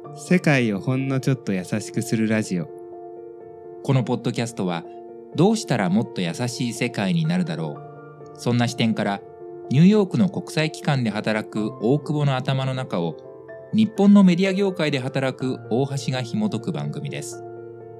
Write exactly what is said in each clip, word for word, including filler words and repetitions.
世界をほんのちょっと優しくするラジオ。 このポッドキャストはどうしたらもっと優しい世界になるだろう、そんな視点からニューヨークの国際機関で働く大久保の頭の中を日本のメディア業界で働く大橋が紐解く番組です。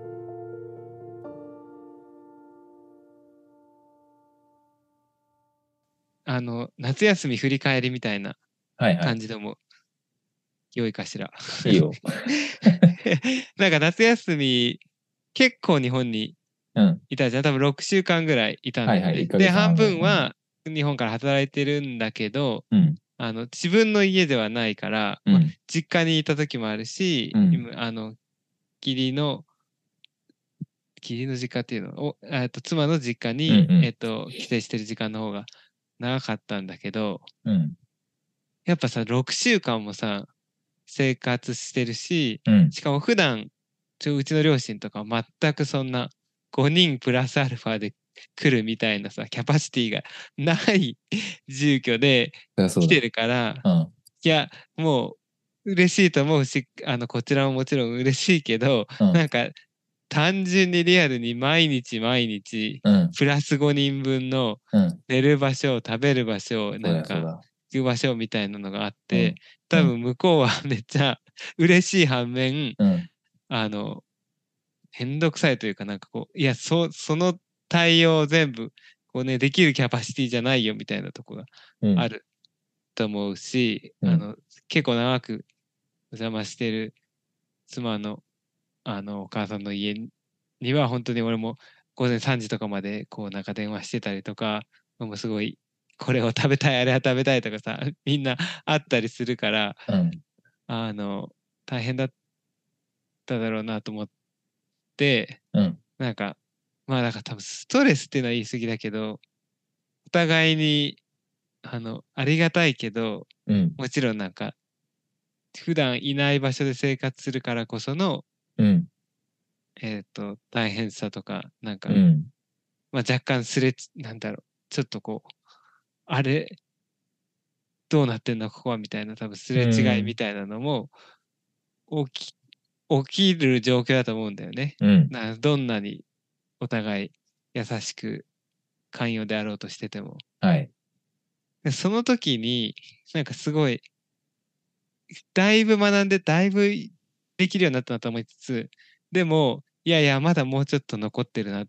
あの夏休み振り返りみたいなはいはい。 感じでも良いかしら。 いいよ。 なんか夏休み結構日本にうん。 いたじゃん。多分ろくしゅうかんぐらいいたんだよね。 はいはいいっかげでつはん半ぐらい分は日本から働いてるんだけど、 うんあの自分の家ではないから、まあうん実家にいた時もあるし、 うん今あの義理の義理の実家っていうのを、えっと妻の実家に、 うんうんえっと帰省してる時間の方が長かったんだけど、 うんやっぱさろくしゅうかんもさ生活してるし、 うんしかも普段ちょうちの両親とかは全くそんなごにんプラスアルファで来るみたいなさキャパシティがない住居でそりゃそうだ。 来てるから、 うんいやもう嬉しいと思うし、あのこちらももちろん嬉しいけど、 うんなんか単純にリアルに毎日毎日うんプラスごにんぶんのうん寝る場所食べる場所そうなんかだそうだ。 行く場所みたいなのがあっうて、 ん多分向こうはめっちゃ嬉しい反面、 うんあのめんどくさいというか、なんかこういやそその対応全部こうねできるキャパシティじゃないよみたいなとこがうんあると思うし、 うんあの結構長くお邪魔してる妻のあのお母さんの家には本当に俺も午前さんじとかまでこうなんか電話してたりとか、もうすごいこれを食べたいあれは食べたいとかさみんなあったりするから、 うんあの大変だっただろうなと思って、 うんなんかまあなんか多分ストレスっていうのは言い過ぎだけど、お互いにあのありがたいけど、 うんもちろんなんか普段いない場所で生活するからこその、 うんえっと大変さとかなんか、 うんまあ、若干すれなんだろうちょっとこうあれどうなってんのここはみたいな多分すれ違いみたいなのも起き起きる状況だと思うんだよね。 うんなどんなにお互い優しく寛容であろうとしてても。 はい。 でその時になんかすごいだいぶ学んでだいぶできるようになったなと思いつつ、でもいやいやまだもうちょっと残ってるなって、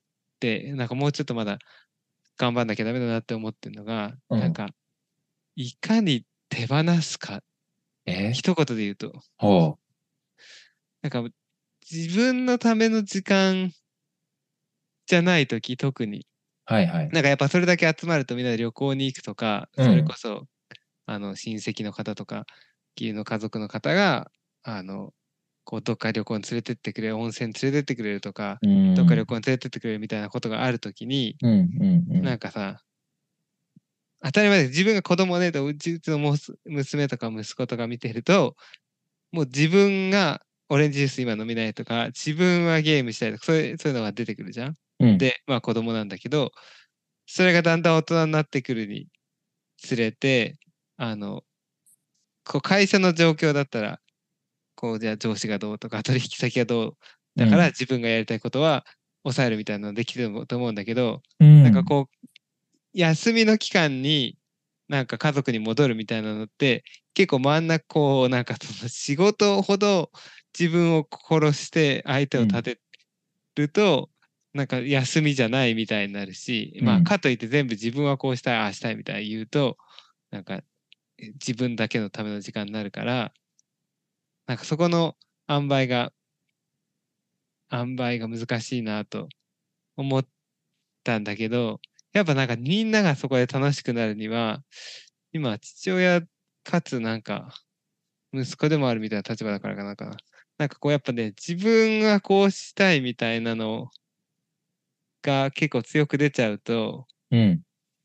なんかもうちょっとまだ頑張んなきゃダメだなって思ってるのが、 うんなんかいかに手放すか、 え一言で言うと、 ほなんか自分のための時間じゃない時特に、 う。はいはい。 なんかやっぱそれだけ集まるとみんなで旅行に行くとか、 うんそれこそあの親戚の方とか義理の家族の方があのこうどっか旅行に連れてってくれる、温泉連れてってくれるとか、 うんどっか旅行に連れてってくれるみたいなことがある時に、 うんうんうんなんかさ当たり前で自分が子供ねとうちうちのもす娘とか息子とか見てると、もう自分がオレンジジュース今飲みないとか、自分はゲームしたいとか、そういうそういうのが出てくるじゃん。 うんで、まあ子供なんだけど、それがだんだん大人になってくるにつれて、あの、こう会社の状況だったら、こうじゃあ上司がどうとか取引先がどうだから自分がやりたいことは抑えるみたいなのできると思うんだけど、 うんなんかこう休みの期間になんか家族に戻るみたいなのって結構真ん中こうなんかその仕事ほど自分を殺して相手を立てると、なんか休みじゃないみたいになるし、 うんまあかといって全部自分はこうしたいああしたいみたいに言うとなんか自分だけのための時間になるから、なんかそこの塩梅が塩梅が難しいなと思ったんだけど、やっぱなんかみんながそこで楽しくなるには、今父親かつなんか息子でもあるみたいな立場だからかなんかな。なんかこうやっぱね、自分がこうしたいみたいなのが結構強く出ちゃうと、 うん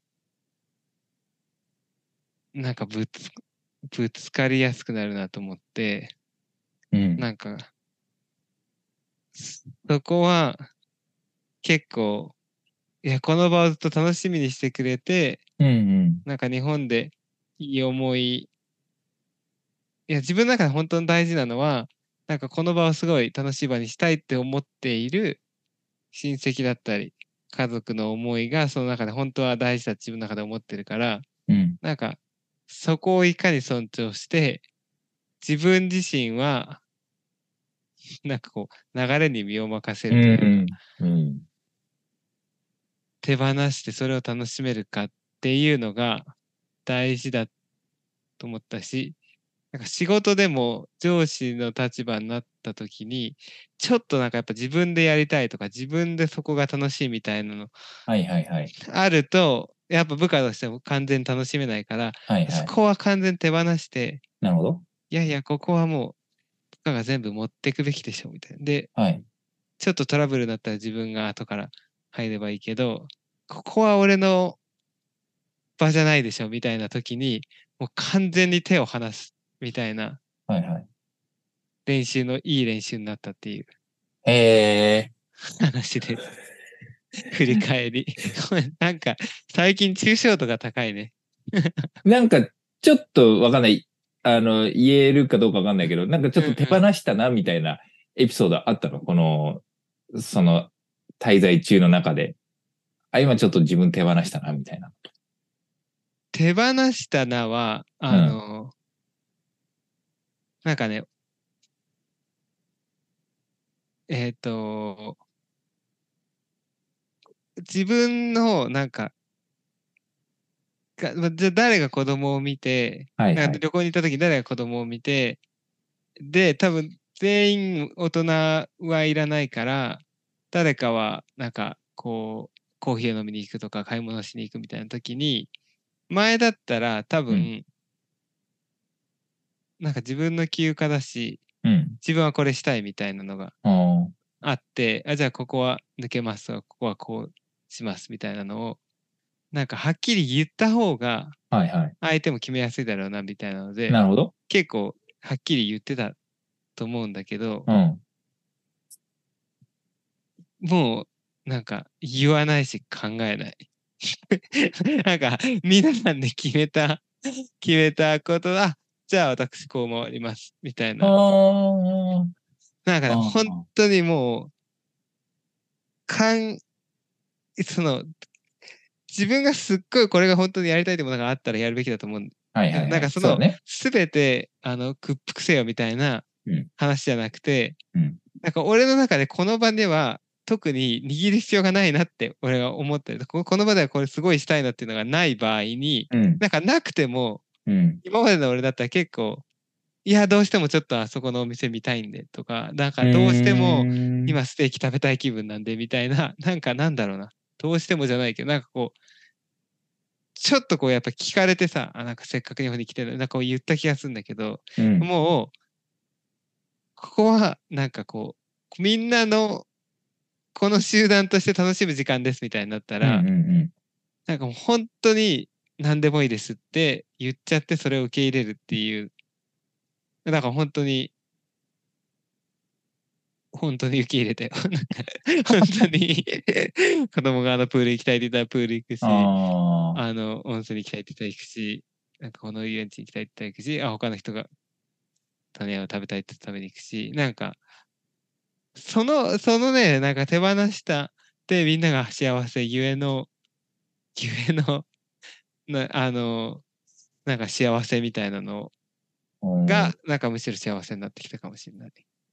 なんかぶつぶつかりやすくなるなと思って、 うんなんかそこは結構、いや、この場をずっと楽しみにしてくれて、 うんうんなんか日本でいい思い、いや、自分の中で本当に大事なのは、 なんかこの場をすごい楽しい場にしたいって思っている親戚だったり、家族の思いがその中で本当は大事だって自分の中で思ってるから、 うん。 なんかそこをいかに尊重して、自分自身は、なんかこう、流れに身を任せうるというか、 ん。うん。 手放してそれを楽しめるかっていうのが大事だと思ったし、なんか仕事でも上司の立場になった時に、ちょっとなんかやっぱ自分でやりたいとか、自分でそこが楽しいみたいなのはいはいはい。 あると、やっぱ部下としても完全に楽しめないから、 はいはい。 そこは完全に手放して、 なるほど。 いやいや、ここはもう部下が全部持っていくべきでしょ、みたいな。で、 はい。 ちょっとトラブルになったら自分が後から入ればいいけど、ここは俺の場じゃないでしょ、みたいな時に、もう完全に手を離す、みたいなはいはい。 練習のいい練習になったっていうへえ。 話です。振り返り。ごめんなんか、最近抽象度が高いね。 なんか、ちょっとわかんない。あの、言えるかどうかわかんないけど、なんかちょっと手放うんうん。 したな、みたいなエピソードあったのこの、その、滞在中の中で。あ、今ちょっと自分手放したな、みたいな。 手放したなは、あうん。 の、なんかね、えっと、自分の、なんか、がまじゃあ誰が子供を見て、なんかはいはい。 旅行に行った時に誰が子供を見て、で、多分全員大人はいらないから、誰かはなんかこう、コーヒーを飲みに行くとか買い物しに行くみたいな時に、前だったら多うん。 分、なんか自分の休暇だし、 うん。 自分はこれしたいみたいなのがあーあって、あ、じゃあここは抜けますとか、ここはこうしますみたいなのを、なんかはっきり言った方がはいはい。 相手も決めやすいだろうなみたいなので、 なるほど。 結構はっきり言ってたと思うんだけど、 うん。 もうなんか言わないし考えない。なんか皆さんで決めた、決めたことだ。じゃあ私こう回ります。みたいあな。 あ、 なんかね、 あ本あ、 当にもう、かん、その、自分がすっごいこれが本当にやりたいってものがあったらやるべきだと思うんだよ。 はいはいはい。 なんかその、 そうだね。 すべて、あの、屈服せよみたいなうん。 話じゃなくて、 うん。 なんか俺の中でこの場では特に握る必要がないなって俺は思ってる。ここの場ではこれすごいしたいなっていうのがない場合に、 うん。 なんかなくても、 うん。 今までの俺だったら結構、いや、どうしてもちょっとあそこのお店見たいんでとか、なんうーかどうしてもん。 今ステーキ食べたい気分なんでみたいな、なんかなんだろうな。どうしてもじゃないけど、なんかこう、ちょっとこうやっぱ聞かれてさ、あ、なんかせっかく日本に来てる、なんかこう言った気がするんだけど、 うん。 もう、ここはなんかこう、みんなのこの集団として楽しむ時間ですみたいになったうん。 ら、 うん。 なんかもう本当に何でもいいですって言っちゃってそれを受け入れるっていう、なんか本当に、本当に受け入れて、本当に子供があのプール行きたいって言ったらプール行くあし、 あ。 あの温泉に行きたいって言ったら行くし、なんかこの遊園地に行きたいって言ったら行くし、あ、他の人が種を食べたいって食べに行くし、なんか、その、そのね、なんか手放したってみんなが幸せゆえの、ゆえの、な、あの、なんか幸せみたいなのうが、 ん。 なんかむしろ幸せになってきたかもしれない。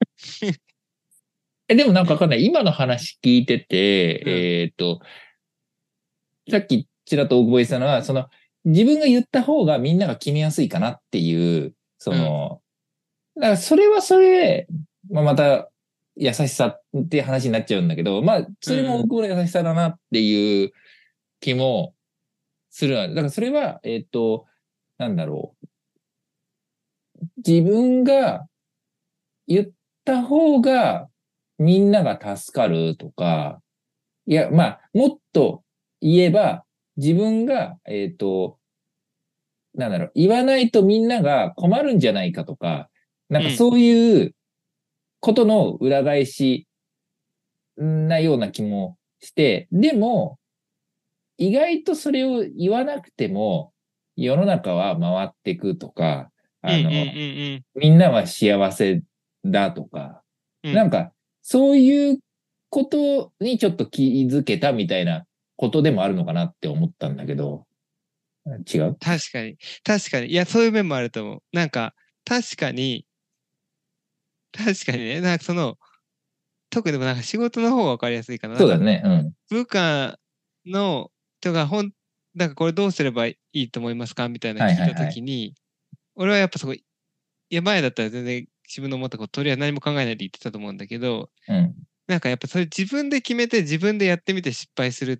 え、でもなんかわかんない。今の話聞いてうん。 て、えっと、さっきちらっと大久保言ってたのは、その、自分が言った方がみんなが決めやすいかなっていう、そうん。 の、だからそれはそれ、まあ、また優しさっていう話になっちゃうんだけど、まあ、それも大うん。 久保の優しさだなっていう気もする。だからそれは、えっと、なんだろう。自分が言った方がみんなが助かるとか、いや、まあ、もっと言えば、自分が、えっと、なんだろう、言わないとみんなが困るんじゃないかとか、なんうん。 かそういうことの裏返しなような気もして、でも、意外とそれを言わなくても、世の中は回っていくとか、 うん。うん。うあの、 ん。 みんなは幸せだとか、 うん、 なんか、そういうことにちょっと気づけたみたいなことでもあるのかなって思ったんだけど、違う？ 確かに。確かに。いや、そういう面もあると思う。なんか、確かに、確かにね、なんかその、特にでもなんか仕事の方がわかりやすいかな。なんか、 そうだね。うん。 部下の人がほん、なんかこれどうすればいいと思いますかみたいなはい聞いたとはいはい。 きに、俺はやっぱそこ、いや、前だったら全然自分の思ったこと、とりあえず何も考えないで言ってたと思うんだけど、 うん。 なんかやっぱそれ自分で決めて自分でやってみて失敗するって、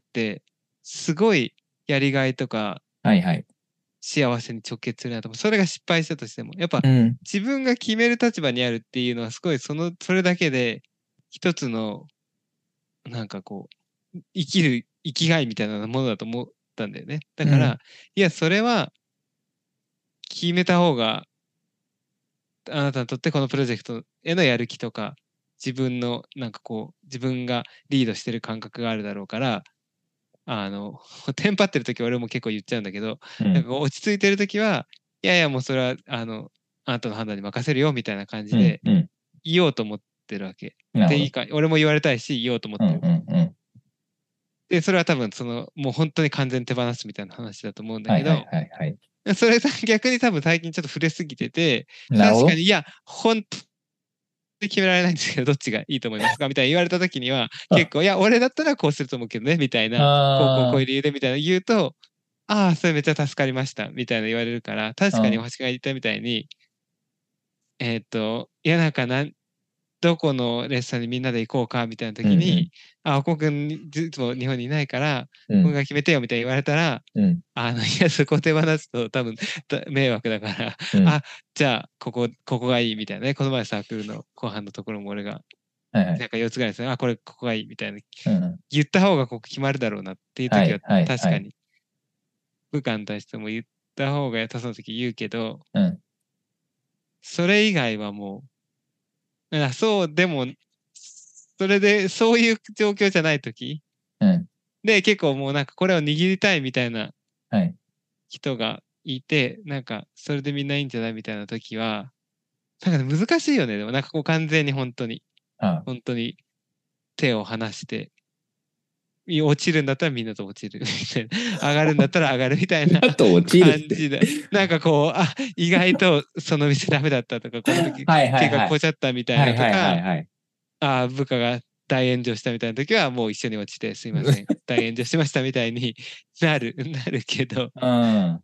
すごいやりがいとかはいはい。 幸せに直結するなと思う。それが失敗したとしても、やっぱうん。 自分が決める立場にあるっていうのはすごいその、それだけで一つの、なんかこう、生きる生きがいみたいなものだと思ったんだよね。だうん。 から、いや、それは決めた方が、あなたにとってこのプロジェクトへのやる気とか、自分の、なんかこう、自分がリードしてる感覚があるだろうから、あの、テンパってる時は俺も結構言っちゃうんだけど、 うん。 なんかこう落ち着いてる時は、いやいやもうそれは、あの、あなたの判断に任せるよみたいな感じうん。 でうん。 言おうと思ってるわけ。 なるほど。 でいいか、俺も言われたいし言おうと思っうんてる。 うんうん。 で、それは多分その、もう本当に完全手放すみたいな話だと思うんだはいはいけど、 はいはい。 それさ逆に多分最近ちょっと触れすぎてて、 なるほど。 確かに、いや、本当に決められないんですけど、どっちがいいと思いますかみたいに言われた時には、結構、いや、俺だったらこうすると思うけどね、みたいな、こうこうこうあいう理由でみたいな言うと、ああ、それめっちゃ助かりました、みたいな言われるから、確かにあ、 星が言ったみたいに、えっと、いや、なんかなん、どこのレッスンにみんなで行こうか、みたいなうん。うん。 時に、あ、おこくんいつも日本にいないから、 うん。 ここが決めてよ、みたいに言われたら、 うん。 あの、いや、そこ手放すと多分だ迷惑だから、 うん。 あ、じゃあ、ここ、ここがいい、みたいなね。この前サークルの後半のところも俺が、 はいはい。 なんかよっつぐらいですね。あ、これ、ここがいい、みたいな。 うん。 言った方がここ決まるだろうなっていう時は、 はいはいはい。 確かに、部下に対しても言った方が良さそうな時言うけど、 うん。 それ以外はもう、あそう、でも、それで、そういう状況じゃない時うん。 で、結構もうなんかこれを握りたいみたいなはい。 人がいて、なんか、それでみんないいんじゃないみたいな時は、なんか難しいよね。でもなんかこう完全に本当に、 あ、 本当に手を離して、い落ちるんだったらみんなと落ちるみたいな。上がるんだったら上がるみたいなあと落ちるって。 感じで。なんかこう、あ、意外とその店ダメだったとか、この時はいはいはい。 計画こうちゃったみたいはいはいはいなとか、 はい。 あ、部下が大炎上したみたいな時はもう一緒に落ちてすいません。大炎上しましたみたいになる、なるけど、 うん。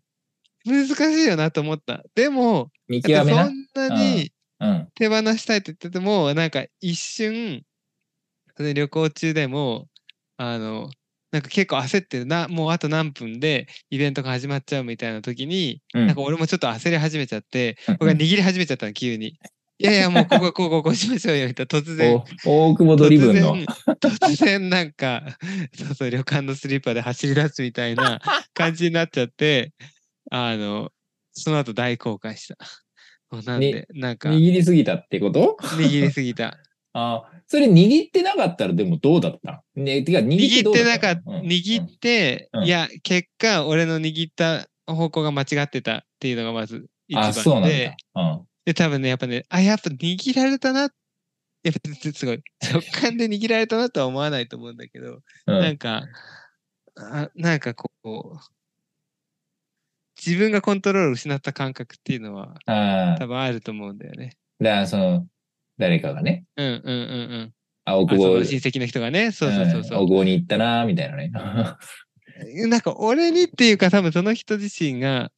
難しいよなと思った。でも、 見やっぱ極めな。 そんなうん。 にうん。 手放したいと言ってても、なんか一瞬、旅行中でも、あの、なんか結構焦ってるな、もうあと何分でイベントが始まっちゃうみたいな時に、 うん。 なんか俺もちょっと焦り始めちゃって、 うんうん。 僕が握り始めちゃったの、急に。いやいや、もうここはこうこうこうしましょうよ、みたいな。突然、 お、大久保ドリブンの。 突然、突然なんか、そうそう、旅館のスリッパで走り出すみたいな感じになっちゃって、あの、その後大後悔した。もうなんに、 で、なんか、 握りすぎたってこと？ 握りすぎた。 あ、それ握ってなかったらでもどうだったのね、てか握って握っどうだったの？ てなかっうん。う握っん。 て、 うん。 いや、結果、俺の握った方向が間違ってたっていうのがまずあ、 一番で、 そうなんだ。うん。 で、多分ね、やっぱね、あ、やっぱ握られたな、やっぱすごい、直感で握られたなとは思わないと思うんだけど、 うん。 なんか、あ、なんかこう、自分がコントロールを失った感覚っていうのはああ、 多分あると思うんだよね。 だからその、誰かがね、 うんうんうんうん。 あ、大久あ、そ保、 の親戚の人がね、そうそうそううん、 そう。 大久保に行ったな、みたいなね。 なんか俺にっていうか多分その人自身が、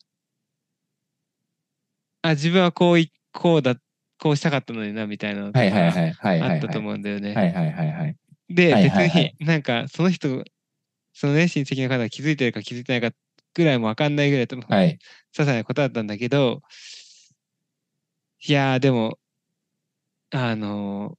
あ、自分はこうい、こうだ、こうしたかったのにな、みたいなのはいはいとかはいはあったといはいはい。 思うんだよね。 はいはいはいはい。 で、 はい別にはいはい。 なんかその人、そのね、親戚の方が気づいてるか気づいてないかぐらいもわかんないぐらいと、些はい。 細なことだったんだけど、いやーでも、あのー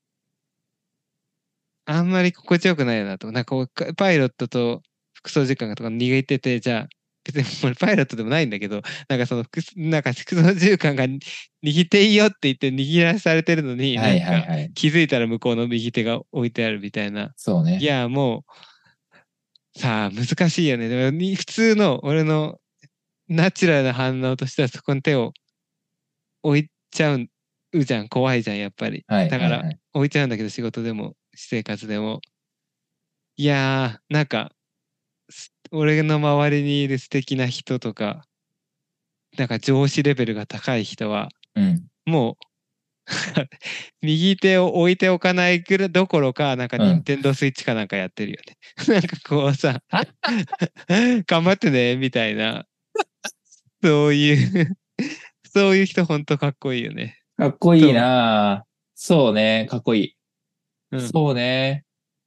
あんまり心地よくないよなと。なんかこう、パイロットと副操縦官とか逃げてて、じゃあ、別に俺パイロットでもないんだけど、なんかその副、なんか副操縦官が握っていいよって言って握らされてるのに、 はいなんかはいはい。 気づいたら向こうの右手が置いてあるみたいな。 そうね。 いや、もう、さあ、難しいよね。でもに普通の俺のナチュラルな反応としてはそこに手を置いちゃううじゃん、怖いじゃん、やっぱり。 はいだからはいはい。 置いちゃうんだけど、仕事でも、私生活でも。いやー、なんか、す俺の周りにいる素敵な人とか、なんか上司レベルが高い人は、 うん。 もう、右手を置いておかないぐらいどころか、なんかうん。 ニンテンドースイッチかなんかやってるよね。なんかこうさ、頑張ってね、みたいな、そういうそういう人ほんとかっこいいよね。 かっこいいと、 なぁ。そうね。かっこいい。 うん、 そうね。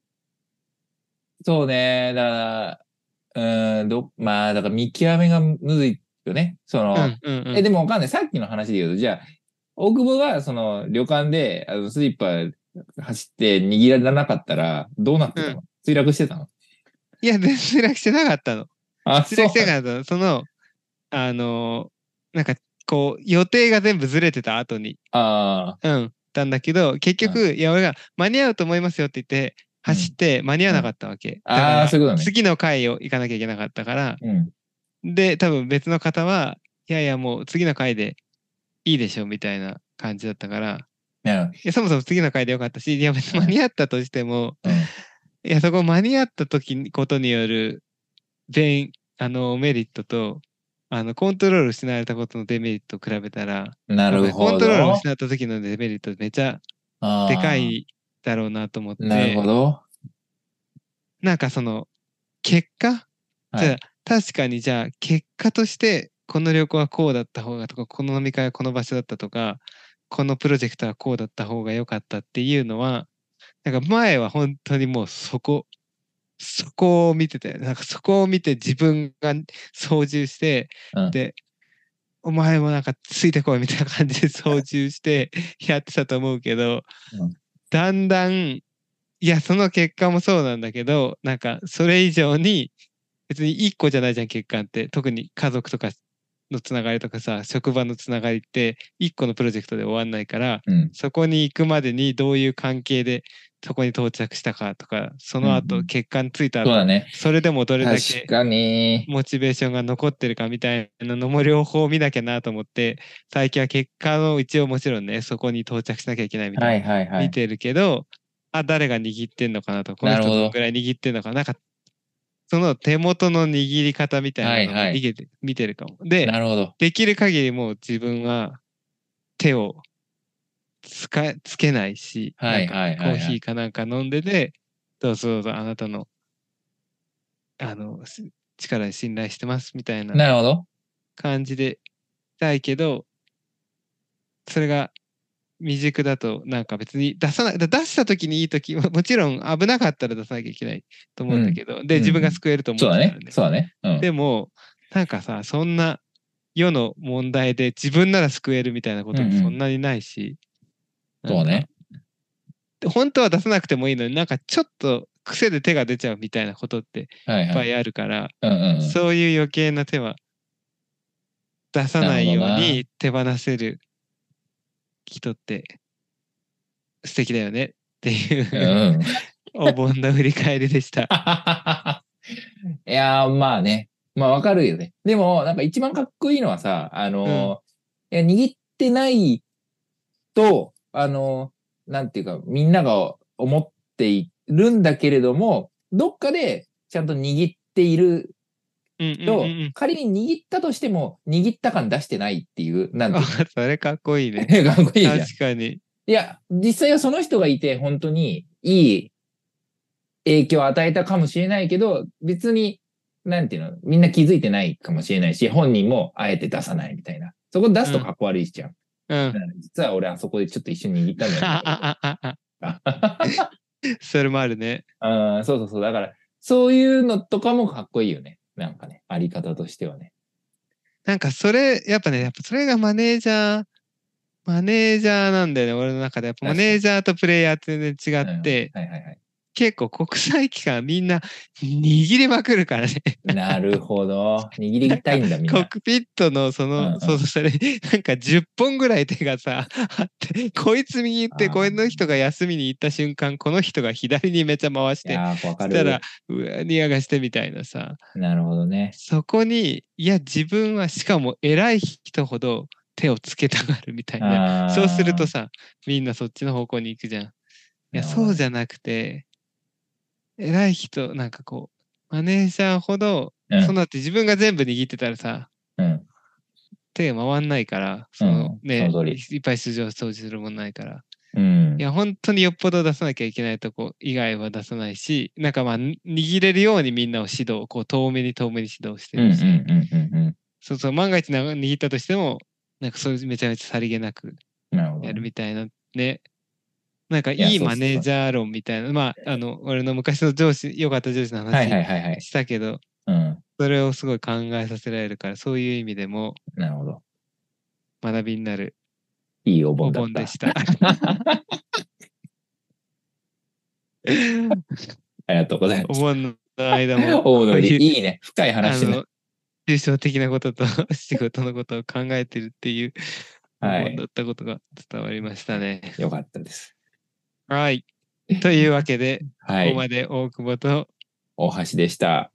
そうね。だから、うーん、ど、まあ、だから見極めがむずいよね。その、 うん、うん、うえ、 ん。 でもわかんない。さっきの話で言うと、じゃあ、大久保が、その、旅館で、あの、スリッパ走って握らなかったら、どうなってうん。 たの？墜落してたの？ いや、全然墜落してなかったの。 あ、 墜落しそうなんだ。 てなかったの。その、あのーなんか、こう、予定が全部ずれてた後に、 あうん、たんだけど、結あ、 局、いや、俺が間に合うと思いますよって言って、 うん、 走って間に合わうん。 なかったわけ。だかああ、 ら、 そういうことね。 次の回を行かなきゃいけなかったから、 うん。 で、多分別の方は、いやいや、もう次の回でいいでしょ、みたいな感じだったから、 なるいや、そもそも次の回でよかったし、いや、別に間に合ったとしても、 ほど。うん。 いや、そこ間に合った時にことによる、全、あの、メリットと、あの、コントロール失われたことのデメリットを比べたら、やっぱりコンなるほトロールをど。 失った時のデメリットめちゃでかあいだろうなと思っあ、なるほて、 ど。 なんかその、結果じゃあ、 はい。 確かにじゃあ、結果として、この旅行はこうだった方がとか、この飲み会はこの場所だったとか、このプロジェクトはこうだった方が良かったっていうのは、なんか前は本当にもうそこ、そこを見てて、なんかそこを見て自分が操縦して、 うん。 で、お前もなんかついてこいみたいな感じで操縦してやってたと思うけど、 うん。 だんだん、いや、その結果もそうなんだけど、なんかそれ以上に、別に一個じゃないじゃん、結果って。特に家族とかのつながりとかさ、職場のつながりって一個のプロジェクトで終わんないから、 うん。 そこに行くまでにどういう関係でそこに到着したかとか、そうん。うの後、 ん。 結果についた後、 そうだね。 それでもどれだけ確かに。 モチベーションが残ってるかみたいなのも両方見なきゃなと思って、最近は結果の一応もちろんね、そこに到着しなきゃいけないみたいな、 はいはいはい。 見てるけど、あ、誰が握ってんのかなとか、このなるほど。 人どんぐらい握ってんのかな、なんかその手元の握り方みたいなのもはいはい。 見てて、見てるかも。で、 なるほど。 できる限りもう自分は手をつか、つけないし、なんかはいはいコーヒはいはい。 ーかなんか飲んでで、どうぞどうぞあなたの、あの、す力に信頼してますみたいななるほど。 感じでしたいけど、それが未熟だとなんか別に出さない、だ出した時にいい時、ももちろん危なかったら出さなきゃいけないと思うん。 うんだけど、で、 うん。う自分がん。 救えると思っそうだね。 てたらね。 そうだね。うん。 でも、なんかさ、そんな世の問題で自分なら救えるみたいなこともうんうん。 そんなにないし、なんか、 そうね。 本当は出さなくてもいいのになんかちょっと癖で手が出ちゃうみたいなことっていっはいはい。 ぱいあるから、 うんうんうん。 そういう余計な手は出さなるほないようどな。 に手放せる人って素敵だよねってういうん。 お盆の振り返りでした。 いやー、まあね。まあわかるよね。でも、なんか一番かっこいいのはさ、あうん。 のーいや握ってないと、あのーなんていうか、みんなが思っているんだけれども、どっかでちゃんと握っているうんうんうんと、 うん。 仮に握ったとしても、握った感出してないっていう、なんあ、 ていうの？ それかっこいいね。 かっこいいじゃん。 確かに。 いや、実際はその人がいて、本当にいい影響を与えたかもしれないけど、別に、なんていうの、みんな気づいてないかもしれないし、本人もあえて出さないみたいな。そこ出うん。 すとかっこ悪いしちゃう。 うん。 実は俺あそこでちょっと一緒に握ったんだよね。 あああああそれもあるね。 あそうそうそう。だから、そういうのとかもかっこいいよね。なんかね、あり方としてはね。 なんかそれ、やっぱね、やっぱそれがマネージャー、マネージャーなんだよね、俺の中で。やっぱマ確かに。 ネージャーとプレイヤーって全然違っうん。はいて、 はいはい。 結構国際機関みんな握りまくるからね。 なるほど。握なんか、 りたいんだ、みんな。 コックピットのその、そうそう、 うんうん。 それ、なんかじゅっぽんぐらい手がさ、あって、こいつ右行って、こあーの人が休みに行った瞬間、この人が左にめっちゃ回して、 いやー、わかしたら、 る。 うわ、ニヤがしてみたいなさ、 なるほどね。 そこに、いや、自分は、しかも偉い人ほど、 手をつけたがるみたいな。そうするとさ、みんなそっちの方向に行くじゃん。いや、そうじゃなくて、偉い人、なんかこう、マネージャーほど、 うんそうなって自分が全部握ってたらさ、 うん手が回んないから、そのうんね、 その通りいっぱい出場掃除するもんないから。 うんいや、本当によっぽど出さなきゃいけないとこ以外は出さないし、なんかまあ、に握れるようにみんなを指導、こう遠目に遠目に指導してうんうんるし、 うんうんそうそう、万が一な握ったとしても、なんかそういうめちゃめちゃさりげなくうん。なるほどやるね。 みたいなね。なんかいいやいそうそうそうマネージャー論みたいな、まあ、あの、俺の昔の上司、良かった上司のはいは話いはいはい。 したけど、 うん。 それをすごい考えさせられるから、そういう意味でもなるほど。 学びになるいいお盆おだった。 盆でした。 ありがとうございます。 お盆の間も、 お盆のり、 こういう、 いいね。深いあ話ね。 の、抽象的なことと仕事のことを考えてるっていうおはい盆だったことが伝わりましたね。 よかったです。 はい。というわけで、 はい。 ここまで大久保と大橋でした。